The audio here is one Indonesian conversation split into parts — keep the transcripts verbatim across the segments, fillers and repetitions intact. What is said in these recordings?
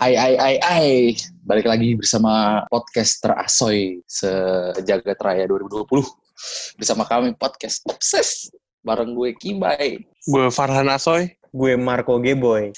Ai ai ai ai, balik lagi bersama podcast terasoy sejagat raya dua ribu dua puluh bersama kami podcast Obses bareng gue Kibai, gue Farhan Asoy, gue Marco Geboy.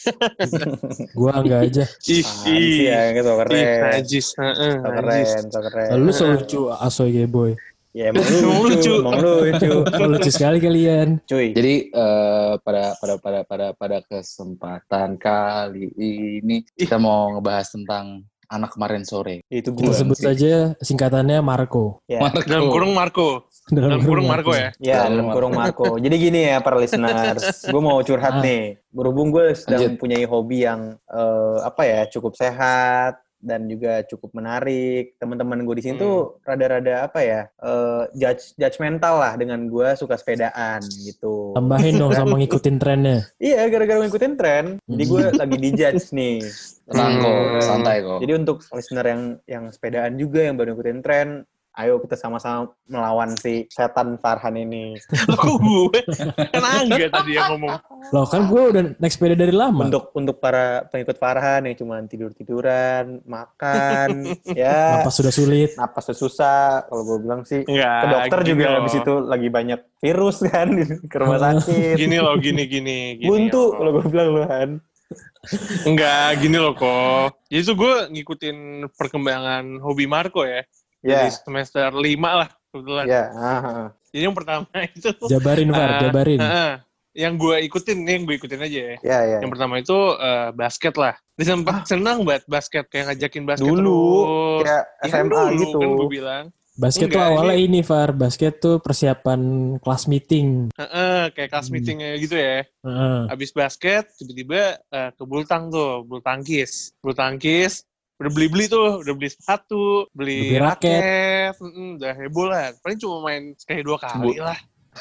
Gue enggak aja. ih Anjir ya, gitu keren. ih najis, heeh, So najis. keren, so keren. Lu so lucu Asoy Geboy. Ya emang Emang lucu, lucu. emang lucu. Oh, lucu sekali kalian. Cuy, Jadi eh, pada pada pada pada pada kesempatan kali ini kita mau ngebahas tentang anak kemarin sore. itu gue. Kita sebut sih. saja singkatannya Marco. Ya, Marco. Dalam kurung Marco. Dalam kurung Marco ya. ya dalam kurung Marco. Jadi gini ya para listeners, gue mau curhat Ah. nih. Berhubung gue sedang Lanjut. mempunyai hobi yang eh, apa ya, cukup sehat dan juga cukup menarik. Teman-teman gue di sini Hmm. tuh rada-rada apa ya, eh, judge judgmental lah dengan gue suka sepedaan gitu. Tambahin dong sama ngikutin trennya. Iya, gara-gara ngikutin tren. Jadi gue lagi dijudge nih. Tenang kok, Hmm. santai kok. Jadi untuk listener yang yang sepedaan juga yang baru ngikutin tren, ayo kita sama-sama melawan si setan Farhan ini. Loh, kok gue? Kan Angga tadi yang ngomong. Loh kan gue udah naik sepeda dari lama. Untuk untuk para pengikut Farhan yang cuma tidur-tiduran, makan, ya Napas sudah sulit. napas susah. Kalau gue bilang sih, Enggak. ke dokter gini juga loh. habis itu lagi banyak virus kan ke rumah sakit. Gini loh, gini gini gini. Buntu loh. kalau gue bilang lu Han. Enggak, gini loh kok. Jadi tuh gue ngikutin perkembangan hobi Marco ya. Ya, Jadi semester lima lah kebetulan. ya. ah. Jadi yang pertama itu Jabarin Far, eh, jabarin. eh, yang gue ikutin, nih yang gue ikutin aja ya. Ya, ya. Yang pertama itu eh, basket lah. Dia sempat senang banget basket, kayak ngajakin basket Dulu terus. kayak Ya S kan M A dulu gitu. kan gue bilang. Basket tuh enggak, awalnya ini Far. Basket tuh persiapan kelas meeting. Heeh, kayak kelas Hmm. meetingnya gitu ya. Heeh. Abis basket, tiba-tiba eh, ke bulu tang tuh, bulu tangkis. Bulu tangkis, udah beli-beli tuh, udah beli sepatu, beli Beli raket. raket, mm-mm, udah heboh lah. Paling cuma main sekali dua kali lah.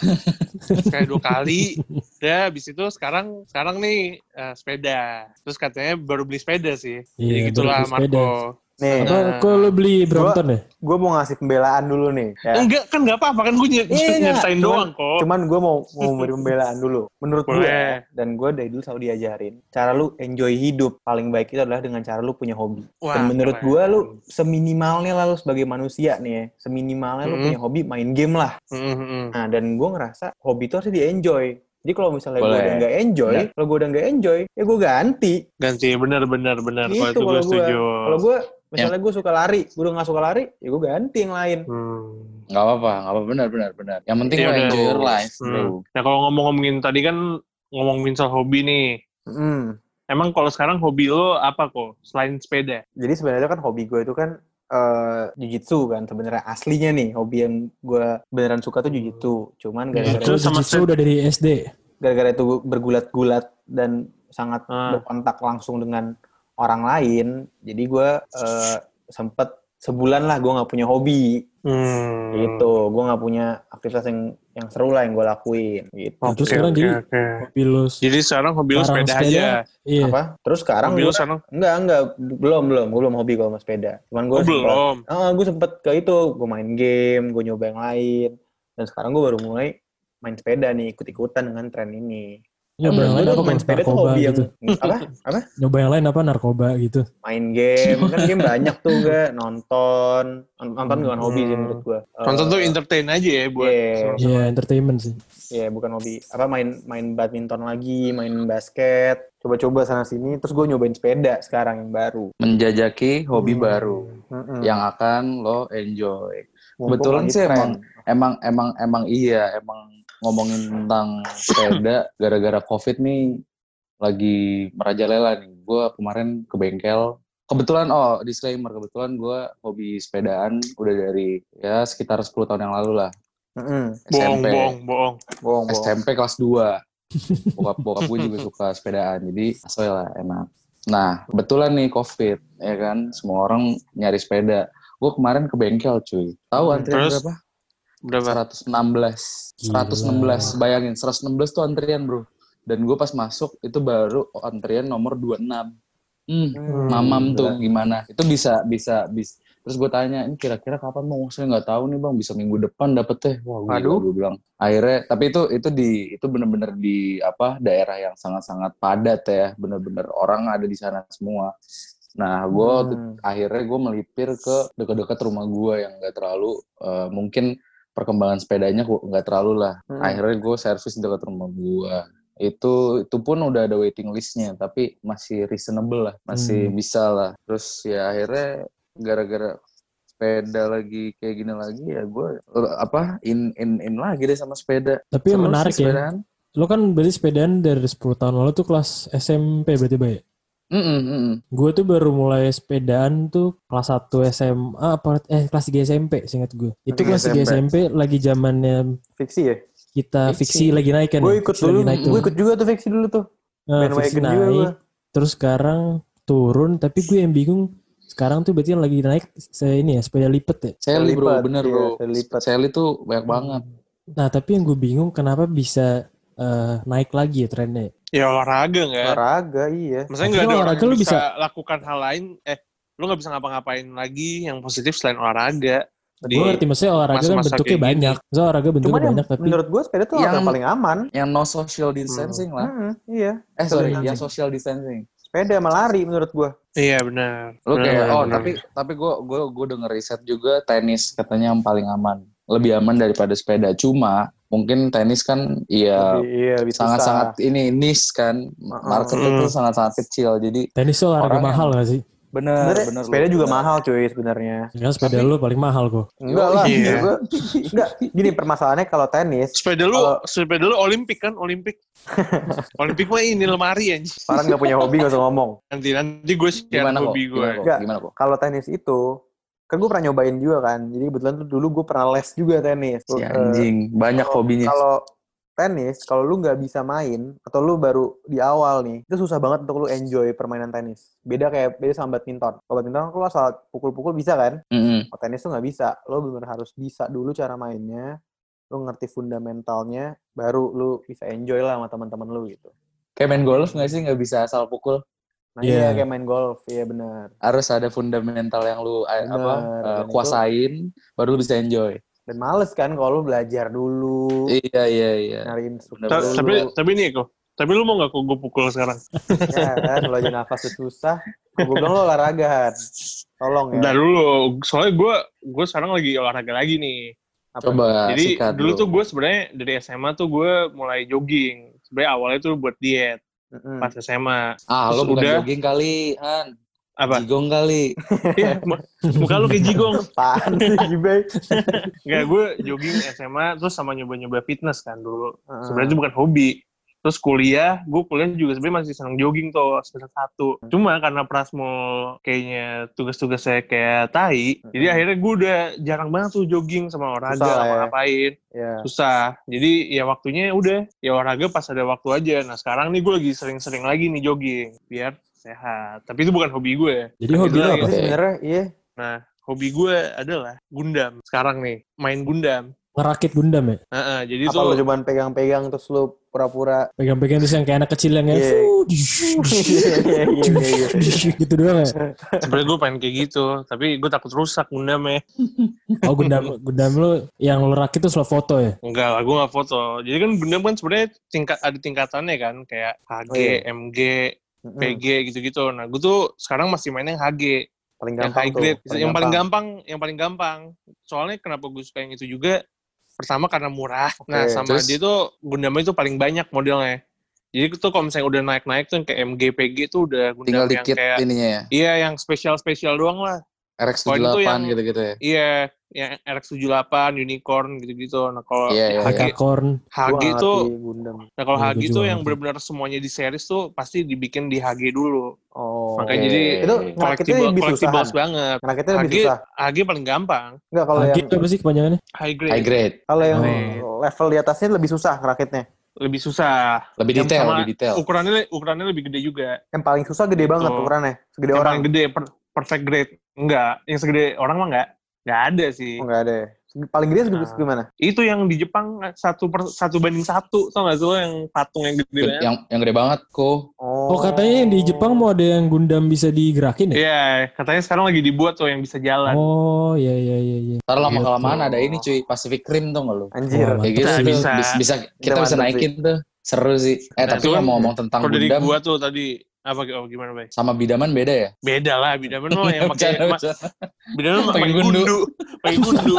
Sekali dua kali. Udah, abis itu sekarang sekarang nih eh, sepeda. Terus katanya baru beli sepeda sih. Jadi Iya, gitulah baru beli sepeda. Marco. Nih, Apa kok lu beli Brompton ya? gue mau ngasih pembelaan dulu nih. Ya. Enggak, kan nggak apa-apa kan gue ny- Iya, iya. nyeritain Cuman- doang kok. Cuman gue mau mau beri pembelaan dulu. Menurut gue, Boleh. dan gue dari dulu selalu diajarin, cara lu enjoy hidup paling baik itu adalah dengan cara lu punya hobi. Wah, dan menurut keren. gue lu seminimalnya lah lu sebagai manusia nih ya, seminimalnya lu Mm-mm. punya hobi main game lah. Mm-mm. Nah, dan gue ngerasa hobi itu harus di-enjoy. Jadi kalau misalnya gue Boleh. udah nggak enjoy, Ya. kalau gue udah nggak enjoy, ya gue ganti. Ganti, benar benar benar. Kalau Gitu itu gue kalau gue. setuju. Kalau gue misalnya gue suka lari, gue udah nggak suka lari, ya gue ganti yang lain. Hmm. Nggak apa-apa, nggak apa-apa, benar benar benar. Yang penting Iya, lo udah. enjoy your life, bro. Hmm. Nah kalau ngomong-ngomongin tadi kan ngomongin soal hobi nih. Hmm. Emang kalau sekarang hobi lo apa kok selain sepeda? Jadi sebenarnya kan hobi gue itu kan eh jujitsu kan sebenarnya aslinya nih hobi yang gue beneran suka tuh jujitsu. Cuman gara-gara Jujitsu Itu sama Jujitsu udah dari S D. gara-gara itu bergulat-gulat dan sangat Ah. berkontak langsung dengan orang lain, jadi gue eh, sempet sebulan lah gue nggak punya hobi Hmm. gitu. Gue nggak punya aktivitas yang yang seru lah yang gue lakuin gitu. Nah, terus Oke, sekarang oke, jadi oke. hobi lu Jadi sekarang hobi lo larang sepeda, aja. Iya. Apa? Terus sekarang Hobi gue lo sekarang enggak enggak belum belum gue belum hobi kalau sama sepeda. Cuman gue oh, belum. Ah, gue sempet ke itu, gue main game, gue nyoba yang lain, dan sekarang gue baru mulai main sepeda nih, ikut-ikutan dengan tren ini. Nyoba yang Menurut lain gue apa tuh main Bang? sepeda tuh Narkoba hobi yang gitu. apa? Apa? Nyoba yang lain apa narkoba gitu. Main game, kan game banyak tuh gak, nonton, nonton bukan hobi sih Hmm. menurut gue. Nonton tuh entertain aja ya buat Iya. sama-sama. Iya, entertainment sih. Iya, bukan hobi. Apa main main badminton lagi, main basket, coba-coba sana sini, terus gue nyobain sepeda sekarang yang baru. Menjajaki hobi Hmm. baru Mm-mm. yang akan lo enjoy. Mumpung Kebetulan lagi sih tren. emang emang emang emang iya emang ngomongin tentang sepeda gara-gara COVID nih lagi merajalela nih. Gue kemarin ke bengkel. Kebetulan oh disclaimer kebetulan gue hobi sepedaan udah dari ya sekitar sepuluh tahun yang lalu lah. Mm-mm. S M Bohong, P. bohong, bohong. Bohong, S bohong. M P kelas dua. Bokap bokap gue juga suka sepedaan. Jadi asoy lah enak. Nah, kebetulan nih COVID ya kan semua orang nyari sepeda. Gue kemarin ke bengkel cuy. Tahu Hmm, antrian terus? berapa? Berapa? seratus enam belas. seratus enam belas, bayangin seratus enam belas tuh antrian bro. Dan gue pas masuk itu baru antrian nomor dua puluh enam. Hmm, Hmm, mamam tuh gila. gimana? Itu bisa bisa bisa. Terus gue tanya, ini kira-kira kapan mau? Saya nggak tahu nih bang, bisa minggu depan dapet teh. Wah, gila Aduh. gue bilang. Akhirnya, tapi itu itu di itu bener-bener di apa daerah yang sangat-sangat padat ya, bener-bener orang ada di sana semua. Nah, gue Hmm. akhirnya gue melipir ke dekat-dekat rumah gue yang nggak terlalu uh, mungkin perkembangan sepedanya nggak terlalu lah. Hmm. Akhirnya gue servis dekat rumah gue. Itu itu pun udah ada waiting listnya, tapi masih reasonable lah, masih Hmm. bisa lah. Terus ya akhirnya gara-gara sepeda lagi kayak gini lagi ya gue apa in in in lagi deh sama sepeda. Tapi yang Seru menarik sih ya, sepedaan. lo kan berarti sepedaan dari sepuluh tahun lalu tuh kelas S M P berarti, Bay? Mm-mm, mm-mm. Gue tuh baru mulai sepedaan tuh kelas satu S M A apa eh kelas tiga S M P seingat gue. Itu tiga kelas tiga S M P lagi zamannya Fiksi ya? kita Fiksi. fiksi lagi naik kan. Gue ya? ikut Fiksi dulu, lagi naik tuh. gue ikut juga tuh Fiksi dulu tuh. Nah, fiksi Bandwagon juga gue. naik. Terus sekarang turun, tapi gue yang bingung sekarang tuh berarti yang lagi naik saya ini ya sepeda lipat ya. Sally bro, Lipat, bener iya, bro. Sally lipat. Sally tuh banyak banget. Nah, tapi yang gue bingung kenapa bisa eh, naik lagi ya trennya. Ya olahraga nggak? Olahraga, iya. Maksudnya Tapi nggak ada orang olahraga yang lu bisa, bisa- lakukan hal lain. Eh, lu nggak bisa ngapa-ngapain lagi yang positif selain olahraga. Di Gue ngerti maksudnya olahraga kan masa-masa bentuknya kayak gini. banyak. Maksudnya olahraga bentuknya Cuman yang banyak tapi menurut gue sepeda tuh Yang- yang paling aman. Yang no social distancing lah. Hmm, iya. Eh sorry, Hmm. yang social distancing. Sepeda sama lari menurut gue. Iya benar. Lu Benar, kayak benar, oh benar. tapi tapi gue gue gue denger riset juga tenis katanya yang paling aman, lebih aman daripada sepeda. Cuma mungkin tenis kan ya Lebih, iya, lebih sangat-sangat susah. ini niche kan, marketnya Hmm. tuh sangat-sangat kecil. Jadi tenis tuh olahraga Orang yang- mahal gak sih? bener Sebenarnya bener sepeda lu, juga bener. mahal cuy sebenarnya. Ya, sepeda Tapi- lu paling mahal kok. Enggak Yo, lah. iya. menurut gua- enggak. Gini permasalahannya kalau tenis, Sepeda lu, Kalau- sepeda lu Olimpik kan? Olimpik. Olimpik mah ini lemari anjing. orang nggak punya hobi nggak usah ngomong. Nanti nanti gue share Gimana kok? hobi gue. Gimana kok? Enggak. Gimana kok? Kalau tenis itu, kan gue pernah nyobain juga kan. Jadi kebetulan tuh dulu gue pernah les juga tenis. Si Eh, anjing, banyak kalau- hobinya. Kalau tenis, kalau lu nggak bisa main atau lu baru di awal nih, itu susah banget untuk lu enjoy permainan tenis. Beda kayak beda sama badminton. Kalau badminton lu asal pukul-pukul bisa kan? Mm-mm. Kalau tenis tuh nggak bisa. Lu benar harus bisa dulu cara mainnya. Lu ngerti fundamentalnya, baru lu bisa enjoy lah sama teman-teman lu gitu. Kayak main golf nggak sih, nggak bisa asal pukul. Nah Iya. iya kayak main golf, iya benar. Harus ada fundamental yang lu eh, Bener, apa dan eh, itu- kuasain, baru lu bisa enjoy. Dan males kan kalau lu belajar dulu, Iya iya iya. nyari instruktur Bener, Ta- Tapi dulu. tapi nih kok. Tapi lu mau nggak kok gue pukul sekarang? Ya kan, kalau aja nafas susah, gue bilang lu olahraga Han. Tolong ya. Ntar dulu, soalnya gue gue sekarang lagi olahraga lagi nih. Apa? Coba Jadi sikat dulu bro. tuh gue sebenarnya dari S M A tuh gue mulai jogging. Sebenarnya awalnya tuh buat diet Mm-mm. pas S M A. Ah, Terus lo bukan udah- jogging kali, Han. Apa? Jigong kali. Iya, mu- muka lu kayak jigong. Apaan sih Gibay? Enggak, gue jogging S M A terus sama nyoba-nyoba fitness kan dulu. Heeh. Sebenarnya itu bukan hobi. Terus kuliah, gue kuliah juga sebenarnya masih senang jogging tuh semester satu. Cuma karena Prasmo kayaknya tugas-tugas saya kayak tai, Hmm. jadi akhirnya gue udah jarang banget tuh jogging sama olahraga, Susah lah sama ya. ngapain. Ya. Susah. Jadi ya waktunya udah, ya olahraga pas ada waktu aja. Nah sekarang nih gue lagi sering-sering lagi nih jogging, biar sehat. Tapi itu bukan hobi gue. Jadi Nah, hobi itu lu lagi. apa? Tapi sebenarnya iya. Nah, hobi gue adalah Gundam. Sekarang nih, main Gundam. Ngerakit Gundam ya? Heeh, jadi Apa tuh lu cuman pegang-pegang terus lu pura-pura Pegang-pegang terus yang kayak anak kecil yang kayak Iya. "Fuh, Iya, iya, iya, iya. gitu doang ya? sebenarnya gue pengen kayak gitu, tapi gue takut rusak Gundamnya. Oh Gundam, Gundam lu yang lu rakit tuh slow foto ya? Enggak lah, gue gak foto. Jadi kan Gundam kan sebenarnya tingkat ada tingkatannya kan, kayak H G, Oh, iya. M G, Mm-mm. P G gitu-gitu. Nah, gue tuh sekarang masih main yang H G, Paling yang gampang high tuh. grade, yang paling gampang, yang paling gampang. Soalnya kenapa gue suka yang itu juga? Pertama karena murah. Nah, Oke, sama terus? dia tuh Gundamnya itu paling banyak modelnya. Jadi tuh kalau misalnya udah naik-naik tuh yang kayak M G, P G tuh udah Tinggal Gundam yang dikit kayak ininya ya. iya yang spesial-spesial doang lah. R X Kalau tujuh itu delapan yang- gitu-gitu ya. Iya, yang R X tujuh delapan, Unicorn gitu-gitu. Nah, kalau Iya, iya, H G, iya. Unicorn. H G tuh, Gundam. nah kalau Iya, H G gua tuh juga yang ngerti. benar-benar semuanya di series tuh pasti dibikin di H G dulu. Oh. Makanya Oke. jadi Itu ngerakitnya collectible, lebih susah. collectibles banget. Ngerakitnya H lebih G, susah. H G paling gampang. Enggak kalau H G yang itu apa sih kepanjangannya? High grade, High grade. kalau yang Oh. level di atasnya lebih susah ngerakitnya. lebih susah. Lebih Yang detail, sama lebih detail. Ukurannya ukurannya lebih gede juga. Yang paling susah gede banget Tuh. ukurannya. Segede yang orang. paling gede, per- perfect grade. Enggak, yang segede orang mah enggak. Enggak ada sih. Oh, enggak ada. ya? Segi- Paling gede segede Nah. gimana? Itu yang di Jepang satu per, satu banding satu, tau gak sih lo yang patung yang gede banget? Yang yang gede banget kok. Oh katanya yang di Jepang mau ada yang Gundam bisa digerakin ya? Iya, katanya sekarang lagi dibuat tuh yang bisa jalan. Oh iya iya iya. iya. Ntar Gitu. lama-kelamaan ada ini cuy, Pacific Rim tuh nggak lu? Anjir. Oh, Kayak gitu Bisa, tuh, bisa. bisa, bisa kita Itu bisa mantep naikin tuh. Seru sih. Eh Nah, tapi itu kan ngomong-ngomong tentang Kalau dari Gundam, gua tuh tadi, Apa oh, gimana, Bay? Sama bidaman beda ya? Beda lah, bidaman mah yang pakai Bercanda, ma- bercanda. bidaman mah Pakai pakai gundu. gundu, pakai gundu.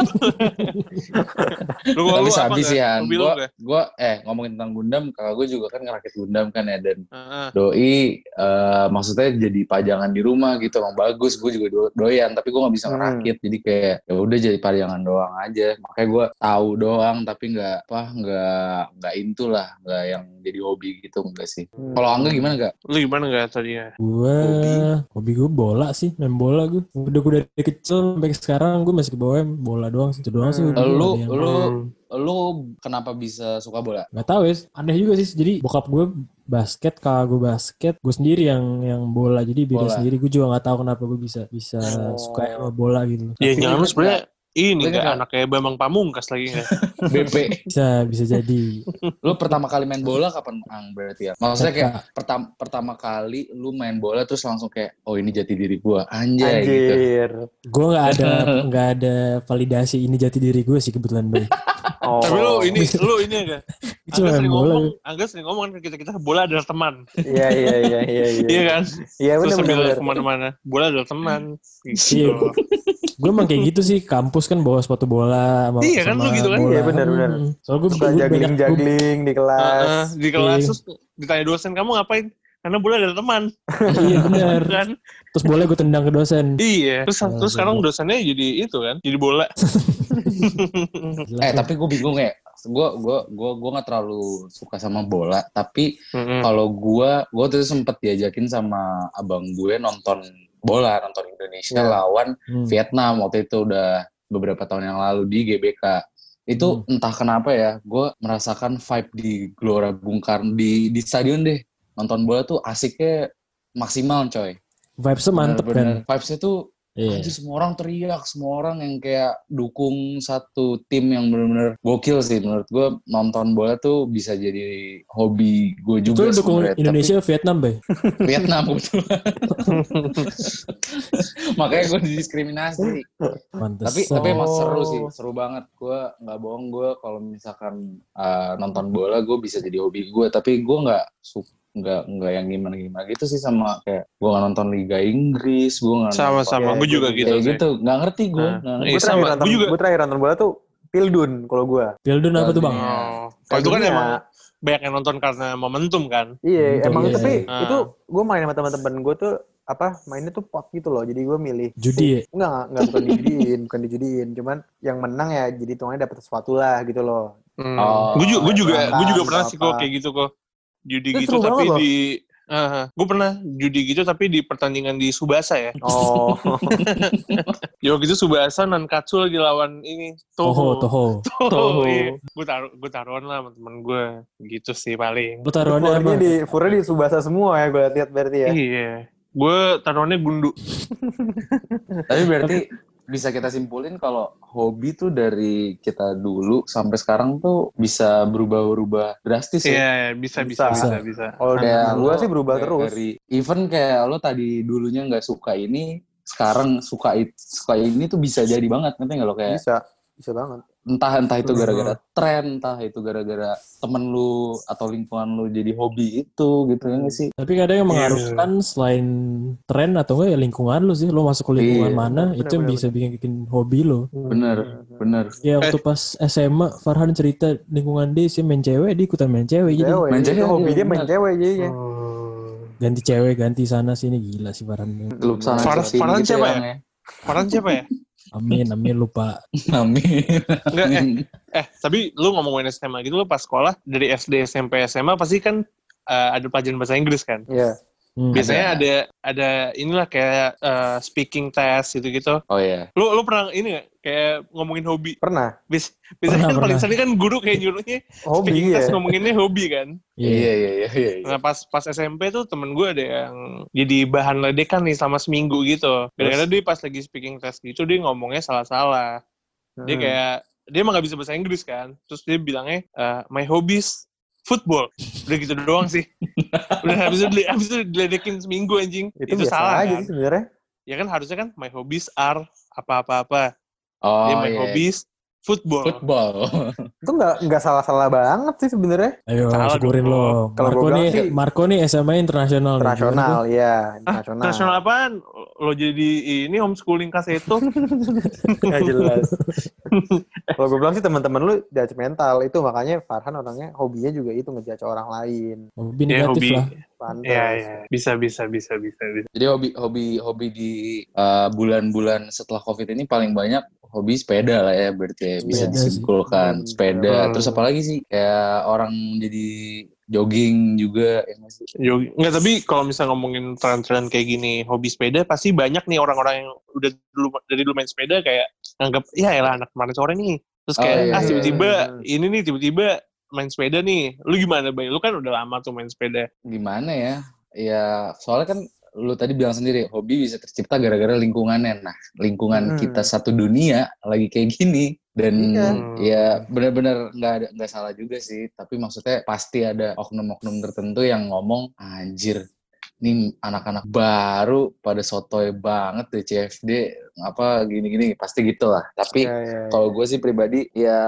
Lu kalau Tapi lu apa sabi nggak? sih Han, Hobi lu gue nggak? gue eh ngomongin tentang Gundam, kakak gue juga kan ngerakit Gundam kan ya, dan Heeh. doi eh, maksudnya jadi pajangan di rumah gitu, emang bagus, gue juga do- doyan, tapi gue nggak bisa Hmm. ngerakit, jadi kayak ya udah jadi pajangan doang aja, makanya gue tahu doang, tapi nggak apa nggak nggak into lah, nggak yang jadi hobi gitu enggak sih. Hmm. Kalau Angga gimana gak? Lu gimana nggak tadinya? Gue Hobi? hobi gue bola sih, main bola gue. Udah gue dari kecil sampai sekarang gue masih ke bawah bola doang sih. Itu doang sih hobi gue. Lu Ada yang- lu Hmm. lu kenapa bisa suka bola? Gak tahu ya, aneh juga sih. Jadi bokap gue basket, kakak gue basket, gue sendiri yang yang bola. Jadi beda Bola. sendiri. Gue juga nggak tahu kenapa gue bisa bisa Oh. suka sama bola gitu. Ya Tapi jangan lu lu sebenarnya ini Lu nggak ingat anaknya Bambang Pamungkas lagi nggak? B P. Bisa bisa jadi. Lu pertama kali main bola kapan, Ang, berarti ya? Maksudnya kayak Kakak. pertama pertama kali lu main bola terus langsung kayak oh ini jati diri gua, anjay gitu. Anjir. Gue nggak ada nggak ada validasi ini jati diri gue sih kebetulan Bay. Oh. Tapi lu ini lu ini enggak? Cuma Angga sering main bola. ngomong, Angga sering ngomong kan kita kita bola adalah teman. Iya iya iya iya iya. Iya kan? Iya Terus benar sambil benar. kemana-mana, bola adalah teman. Iya. Gitu. Gue emang kayak gitu sih, kampus kan bawa sepatu bola sama, Iya kan, sama lu gitu kan? bola. Iya, benar, benar. Hmm. Soalnya gue Suka jagling-jagling di kelas. Heeh, di kelas Iya. terus ditanya dosen kamu ngapain? Karena bola adalah teman. Iya benar. Kan? Terus bola gue tendang ke dosen. Iya. Terus Oh, terus sekarang goblok. dosennya jadi itu kan, jadi bola. Gila, Eh tuh. tapi gue bingung ya. Gue gue gue gue nggak terlalu suka sama bola. Tapi Mm-mm. kalau gue gue tuh sempet diajakin sama abang gue nonton bola, nonton Indonesia Ya. lawan Hmm. Vietnam waktu itu udah beberapa tahun yang lalu di G B K. Itu entah kenapa ya, gue merasakan vibe di Gelora Bung Karno di di stadion deh. Nonton bola tuh asiknya maksimal coy. Vibes-nya mantep Bener-bener. kan. Vibes-nya tuh Iya. anjir, semua orang teriak, semua orang yang kayak dukung satu tim yang benar-benar gokil sih menurut gue. Nonton bola tuh bisa jadi hobi gue Itu juga lu dukung sebenarnya. Indonesia Vietnam, Bay? Tapi Vietnam kebetulan. Makanya gue didiskriminasi. Pantes. Tapi tapi emang Oh. seru sih, seru banget. Gue nggak bohong, gue kalau misalkan uh, nonton bola gue bisa jadi hobi gue. Tapi gue nggak suka nggak nggak yang gimana gimana gitu sih, sama kayak gue nggak nonton Liga Inggris, gue nggak Sama-sama, Iya, gue juga iya, gitu kayak sih. gitu, nggak ngerti gue. Nah, nggak iya, ngerti. Gue terakhir sama. nonton, Gua juga- gue terakhir nonton bola tuh Pildun kalau gue. Pildun apa tuh, Bang? Iya. Oh, kalau itu kan Kayak emang dunia. banyak yang nonton karena momentum kan. Iya, Momentum, emang iya, tapi iya. itu gue main sama teman-teman gue tuh apa mainnya tuh pot gitu loh. Jadi gue milih Judi ya? Enggak, enggak, enggak bukan dijudiin, bukan dijudiin. Cuman yang menang ya jadi hitungannya dapat sesuatu lah gitu loh. Hmm. Oh, gue juga, gue juga, perangkat, gue juga pernah sih kok apa. kayak gitu kok. Judi Itu gitu seru tapi banget loh. di, gue pernah judi gitu tapi di pertandingan di Subasa ya. Oh, Ya waktu itu Subasa Nankatsu lagi lawan ini Toho, Toho. Toho. Toho. Iya. Gue taruh, gue taruhan lah sama temen gue. Gitu sih paling. Lu taruhannya apa? furnya di furnya di Subasa semua ya gue lihat berarti ya. Iya. Gue taruhannya gundu. Tapi berarti bisa kita simpulin kalau hobi tuh dari kita dulu sampai sekarang tuh bisa berubah-ubah drastis ya. Iya, bisa, bisa, Bisa. bisa, bisa. Kalau Kayak gue lo sih berubah kayak terus. Dari even kayak lo tadi dulunya nggak suka ini, sekarang suka it- suka ini tuh bisa jadi banget, ngerti nggak lo kayak Bisa, bisa banget. entah entah itu Hmm. gara-gara tren, entah itu gara-gara temen lu atau lingkungan lu jadi hobi itu gitu ya nggak sih? Tapi kadang yang Iya. mengaruhkan selain tren atau enggak ya lingkungan lu sih. Lu masuk ke lingkungan Iya. mana, Bener, itu yang bener, bisa bikin, bikin hobi lo. Bener, bener. Ya waktu pas S M A, Farhan cerita lingkungan dia sih main cewek, dia ikutan main cewek. Jadi Cewek, main itu cewek, hobi iya, dia main bener. cewek jadinya. ganti cewek, ganti sana sini, gila sih Farhan. Lu sana Farhan- sini Farhan gitu siapa ya, ya? Ang, ya? Farhan siapa ya? Amin, amin lupa. Amin. Enggak, eh. Eh, tapi lu ngomongin S M A gitu, lu pas sekolah dari S D, S M P, S M A pasti kan eh, ada pelajaran bahasa Inggris kan? Iya. Hmm. Biasanya Ada. ada ada inilah kayak eh, speaking test gitu-gitu. Oh iya. Lu lu pernah ini gak? Kayak ngomongin hobi? Pernah. Bis, biasanya Pernah, kan paling pernah. sering kan guru kayak nyuruhnya Hobi speaking ya. test ngomonginnya hobi kan? Iya. Iya iya iya iya. iya. Nah pas pas S M P tuh temen gue ada yang jadi bahan ledekan nih selama seminggu gitu. Gara-gara dia pas lagi speaking test gitu dia ngomongnya salah-salah. Dia Hmm. kayak dia emang gak bisa bahasa Inggris kan. Terus dia bilangnya eh, my hobbies football. Udah gitu doang sih. Udah habis itu dile- habis itu diledekin seminggu anjing. Itu, Itu, biasa salah aja kan. sih sebenarnya. Ya kan harusnya kan my hobbies are apa-apa-apa. Oh Dia my iya. hobbies Football. Football. Itu nggak nggak salah-salah banget sih sebenarnya. Ayo Salah syukurin dong. lo. Kalau Marco gua bilang nih, sih- Marco nih S M A internasional. nih. Internasional, Gimana, ya, Ah, internasional. nasional apaan? Lo jadi ini homeschooling kaseto? Nggak jelas. Kalau gue bilang sih teman-teman lu judgmental itu, makanya Farhan orangnya hobinya juga itu ngejudge orang lain. Bro? Hobi Ya, negatif hobi. lah. Pantes. Iya, iya. Bisa, bisa, bisa, bisa, bisa. Jadi hobi hobi hobi di uh, bulan-bulan setelah Covid ini paling banyak hobi sepeda lah ya, berarti ya. Bisa Sepeda disimpulkan sih. sepeda. Hmm. Terus apa lagi sih? Kayak orang jadi jogging juga ya nggak sih? Yo, nggak, tapi kalau misalnya ngomongin tren-tren kayak gini, hobi sepeda pasti banyak nih orang-orang yang udah dulu dari dulu main sepeda kayak nganggap, ya elah anak kemarin sore nih. Terus Oh, kayak, iya, ah iya. tiba-tiba ini nih, tiba-tiba main sepeda nih. Lu gimana, Bay? Lu kan udah lama tuh main sepeda. Gimana ya? Ya soalnya kan lu tadi bilang sendiri, hobi bisa tercipta gara-gara lingkungannya. Nah, lingkungan Hmm. kita satu dunia lagi kayak gini. Dan Iya. ya benar-benar nggak ada nggak salah juga sih. Tapi maksudnya pasti ada oknum-oknum tertentu yang ngomong, anjir, ini anak-anak baru pada sotoy banget tuh C F D, apa gini-gini, pasti gitu lah. Tapi Ya, ya, ya. kalau gue sih pribadi, ya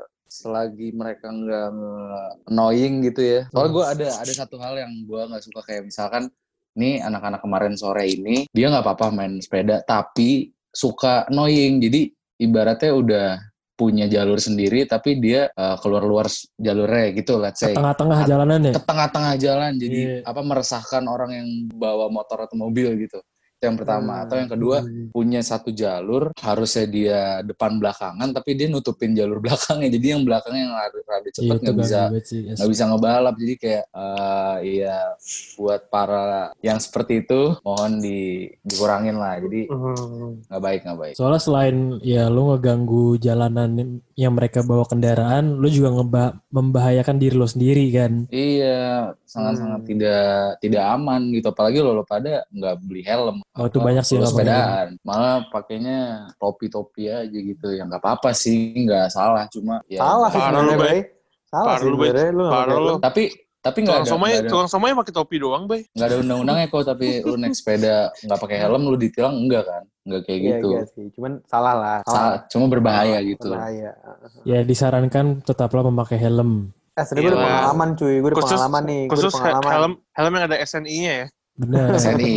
selagi mereka nggak annoying gitu ya. Soalnya gue ada ada satu hal yang gue nggak suka, kayak misalkan nih anak-anak kemarin sore ini dia nggak apa-apa main sepeda, tapi suka annoying. Jadi ibaratnya udah punya jalur sendiri, tapi dia uh, keluar-luar jalurnya gitu, let's say. Tengah-tengah Ke- jalanan ya. Ke tengah-tengah jalan, jadi Iya. apa meresahkan orang yang bawa motor atau mobil gitu. Itu yang pertama. Hmm. Atau yang kedua, Hmm. punya satu jalur, harusnya dia depan belakangan, tapi dia nutupin jalur belakangnya. Jadi yang belakangnya yang rada, rada Iya cepet itu nggak bisa ganggu banget sih. nggak bisa ngebalap. Jadi kayak uh, ya buat para yang seperti itu mohon di, dikurangin lah. Jadi Hmm. nggak baik nggak baik. Soalnya selain ya lu ngeganggu jalanan yang mereka bawa kendaraan, lu juga ngeba- membahayakan diri lo sendiri kan. Iya, sangat-sangat Hmm. tidak tidak aman gitu. Apalagi lo, lo pada nggak beli helm. Oh, itu banyak sih lo yang nggak pakai sepedaan. Malah pakainya topi-topi aja gitu. Ya nggak apa-apa sih, nggak salah. Cuma ya Salah sih Parah sebenarnya, lu, Bay. Bay. Salah Parah sih lu, Bay. sebenarnya lu nggak Parah pakai lu. helm. Tapi tapi nggak Tukang ada somai, nggak ada tukang somai pakai topi doang, Bay. nggak ada undang-undangnya kok. Tapi lu naik sepeda nggak pakai helm, lu ditilang enggak kan? Nggak kayak Iya, gitu. iya sih. Cuman salah lah. Salah, cuma berbahaya gitu. Berbahaya. Ya disarankan tetaplah memakai helm. Eh, sebenernya gue udah Iya. pengalaman cuy. Gue udah Khusus, pengalaman nih. Gue udah khusus pengalaman. helm, helm yang ada S N I-nya ya. Benar. S N I.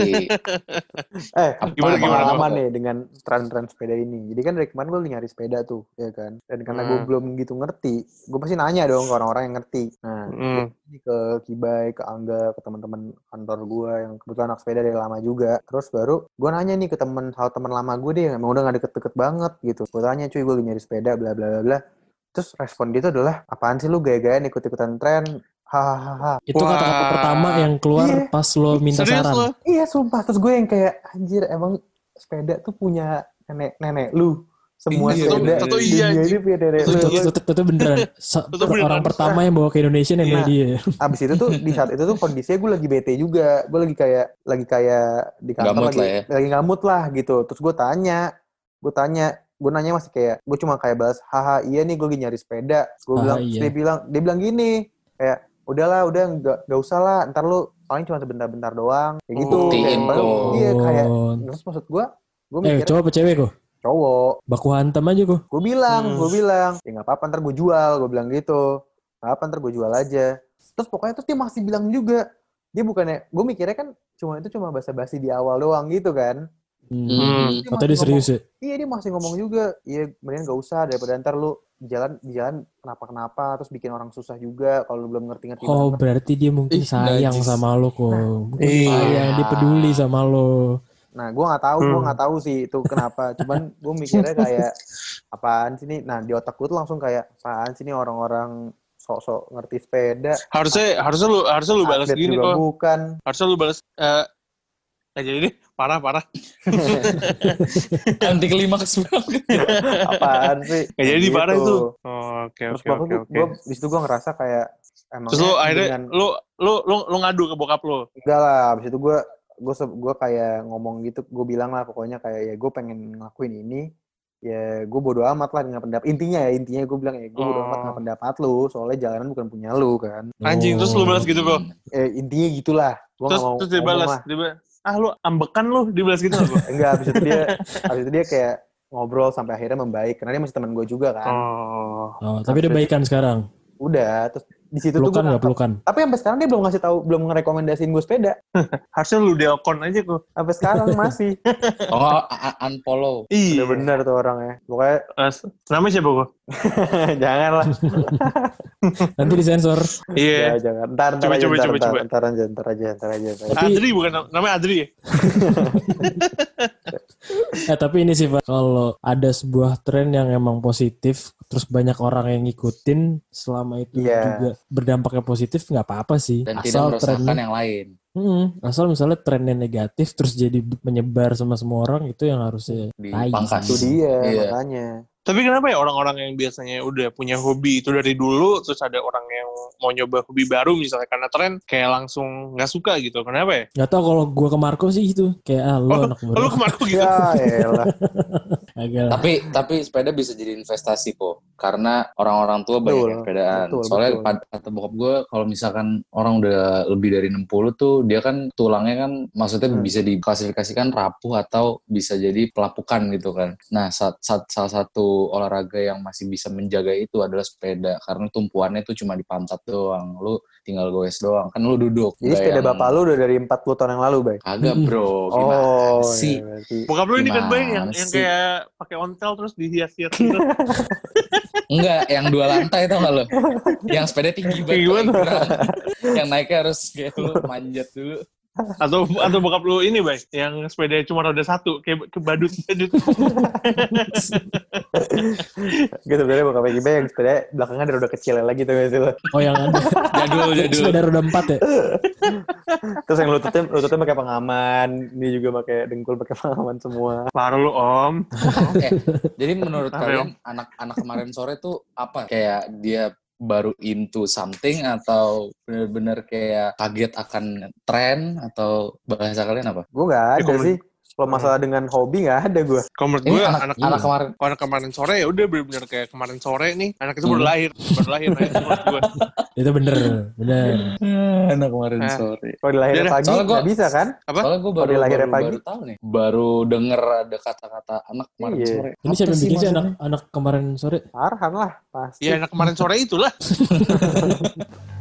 Eh, Apa- gue udah gimana, pengalaman apa? nih dengan tren-tren sepeda ini. Jadi kan dari kemarin gue nyari sepeda tuh, ya kan. Dan karena gue Hmm. belum gitu ngerti, gue pasti nanya dong ke orang-orang yang ngerti. Nah, Hmm. ini ke Kibai, ke Angga, ke teman-teman kantor gue yang kebetulan anak sepeda dari lama juga. Terus baru gue nanya nih ke temen, hal teman lama gue deh, yang emang udah gak deket-deket banget gitu. Gue tanya, cuy, gue lagi nyari sepeda, bla bla bla bla. Terus respon dia tuh adalah, apaan sih lu gaya-gayaan ikut-ikutan tren? Hahaha. Itu Wah. kata-kata pertama yang keluar Iya. pas lo minta Serius saran. lo? Iya, sumpah. Terus gue yang kayak, anjir, emang sepeda tuh punya nenek-nenek lu. Semua Iya, sepeda bener. Tentu di iya, dunia ini anjing. punya nenek Itu, lu. itu, itu, itu beneran. Sa- Itu beneran. Orang pertama yang bawa ke Indonesia nenek Nah. dia. Abis itu tuh di saat itu tuh kondisinya gue lagi bete juga. Gue lagi kayak lagi kayak di kantor Ngamut lagi lah ya. lagi ngamut lah gitu. Terus gue tanya, gue tanya, gue nanya masih kayak gue cuma kayak balas, haha iya nih gue lagi nyari sepeda. Gue Haha, bilang, terus iya. dia bilang, dia bilang gini, kayak udahlah, udah nggak nggak usah lah. Ntar lu paling cuma sebentar-bentar doang. Kayak gitu. Buktiin Kayak, padahal- kok. Iya kayak. Oh. Terus maksud gue, gue Eh, mikir cowok apa cewek kok? cowok. Baku hantam aja kok. Gue bilang, Hmm. gue bilang, ya nggak apa-apa ntar gue jual, gue bilang gitu. Nggak apa ntar gue jual aja. Terus pokoknya terus dia masih bilang juga, dia bukannya, gue mikirnya kan cuma itu cuma basa-basi di awal doang gitu kan. Hmm. Hmm. Dia Katanya dia masih serius ya? Iya dia masih ngomong juga, iya mendingan nggak usah daripada ntar lu di jalan di jalan kenapa-kenapa terus bikin orang susah juga kalau lu belum ngerti-ngerti Oh, banget. berarti dia mungkin Ih, sayang najis. sama lo kok. Mungkin Iya. sayang, dia peduli sama lo. Nah, gue nggak tahu, gue Hmm. nggak tahu sih itu kenapa. Cuman gue mikirnya kayak apaan sih nih? Nah di otak gue tuh langsung kayak apaan sih nih orang-orang sok-sok ngerti sepeda. Harusnya harusnya lu harusnya lu balas Atlet gini juga kok. bukan. Harusnya lu balas eh nggak jadi deh. Parah, parah. Anti klimaks banget. Apaan sih? Nggak jadi Gitu. parah itu. Oh, oke, Terus oke, bapak oke, gue, oke. gue di situ gue ngerasa kayak emang Terus lu akhirnya dengan lu lu lu lu ngadu ke bokap lu. enggak lah. Abis itu gue gue gue kayak ngomong gitu, gue bilang lah pokoknya kayak ya gue pengen ngelakuin ini. Ya gue bodo amat lah dengan pendapat intinya ya intinya gue bilang ya gue bodo amat Oh. dengan pendapat lu soalnya jalanan bukan punya lu kan. Anjing, terus lu balas gitu kok. Eh, intinya gitulah. Gue Terus nggak mau terus dia ngomong balas, lah. dia balas, ah lu ambekan lu, dia balas gitu nggak gua? Enggak, abis itu dia abis itu dia kayak ngobrol sampai akhirnya membaik karena dia masih teman gue juga kan. Oh. Oh, tapi udah baikan sekarang. Udah, terus di situ tuh Pelukan gue nggak pelukan? tapi sampai sekarang dia belum ngasih tahu, belum ngerekomendasiin gue sepeda. Harusnya lu delkon aja kok. Sampai sekarang masih. Oh, unfollow. Iya. Udah bener tuh orangnya. Pokoknya Mas, namanya siapa gua? jangan lah. Nanti disensor. Iya. Ya, jangan. Ntar, ntar Coba, aja, coba, ntar, coba, ntar, coba. ntar aja, ntar aja, ntar aja. Ntar aja. Adri bukan namanya Adri ya? Eh tapi ini sih Pak, kalau ada sebuah tren yang emang positif, terus banyak orang yang ngikutin, selama itu Iya. juga berdampaknya positif, nggak apa-apa sih. Dan tidak Asal meresahkan trennya, yang lain. hmm, asal misalnya trennya negatif, terus jadi menyebar sama semua orang, itu yang harusnya tai Dipangkas. Itu sih. dia, Iya. makanya. Tapi kenapa ya orang-orang yang biasanya udah punya hobi itu dari dulu, terus ada orang yang mau nyoba hobi baru misalnya karena tren, kayak langsung nggak suka gitu. Kenapa ya? Gak tau kalau gue ke Marco sih gitu, kayak ah lu Oh, anak oh, lu baru. kemarin gitu? Ya elah. Agak lah. Tapi tapi sepeda bisa jadi investasi kok. Karena orang-orang tua banyak Betul, yang sepedaan. betul, Soalnya betul. pad- kata bokap gue kalau misalkan orang udah lebih dari enam puluh tuh dia kan tulangnya kan maksudnya Hmm. bisa diklasifikasikan rapuh atau bisa jadi pelapukan gitu kan. Nah, saat, saat, salah satu olahraga yang masih bisa menjaga itu adalah sepeda karena tumpuannya tuh cuma di pantat doang. Lu tinggal goes doang. Kan lu duduk. Jadi nggak sepeda yang- bapak lu udah dari empat puluh tahun yang lalu, Bay? Kagak bro, gimana Oh, sih? ya, berarti. Bokap lu ini kan Bay yang, Gimana yang sih? kayak pakai ontel terus dihias-hias gitu. Enggak, yang dua lantai tau gak lo? Yang sepeda tinggi banget. Tinggi banget. kayak gerang. Yang naiknya harus kayak lu manjat dulu. Atau atau bokap lu ini Bay, yang sepeda cuma roda satu, kayak ke badut-badut. Gitu, sebenarnya bokap Iba yang sepeda belakangnya ada roda kecil lagi tuh gak sih lo? Oh yang ada Jadul, jadul. sepeda roda empat ya? Terus yang lututnya, lututnya pakai pengaman, ini juga pakai dengkul pakai pengaman semua. Parah lu Om. Eh, jadi menurut Apa, kalian anak-anak kemarin sore tuh apa? Kayak dia baru into something atau bener-bener kayak kaget akan tren atau bahasa kalian apa? Gue gak Ya, ada kalau- sih. Kalau masalah dengan hobi gak ada gue. Kalau menurut Ini gue anak, anak anak kemarin kalau anak kemarin sore ya udah bener-bener kayak kemarin sore nih anak itu baru Hmm. lahir, baru lahir nah, itu menurut gue. Itu bener, bener. anak kemarin Ah. sore. Kalau dilahirnya Udah, pagi soalnya gua- gak bisa kan? Apa? Soalnya gue baru, Kalau dia lahirnya baru, pagi? baru tahu nih. Baru denger ada kata-kata anak kemarin Iya. sore. Ini Apa siapa yang bikin sih maksudnya? anak anak kemarin sore? Arhan lah, pasti. Ya anak kemarin sore itulah.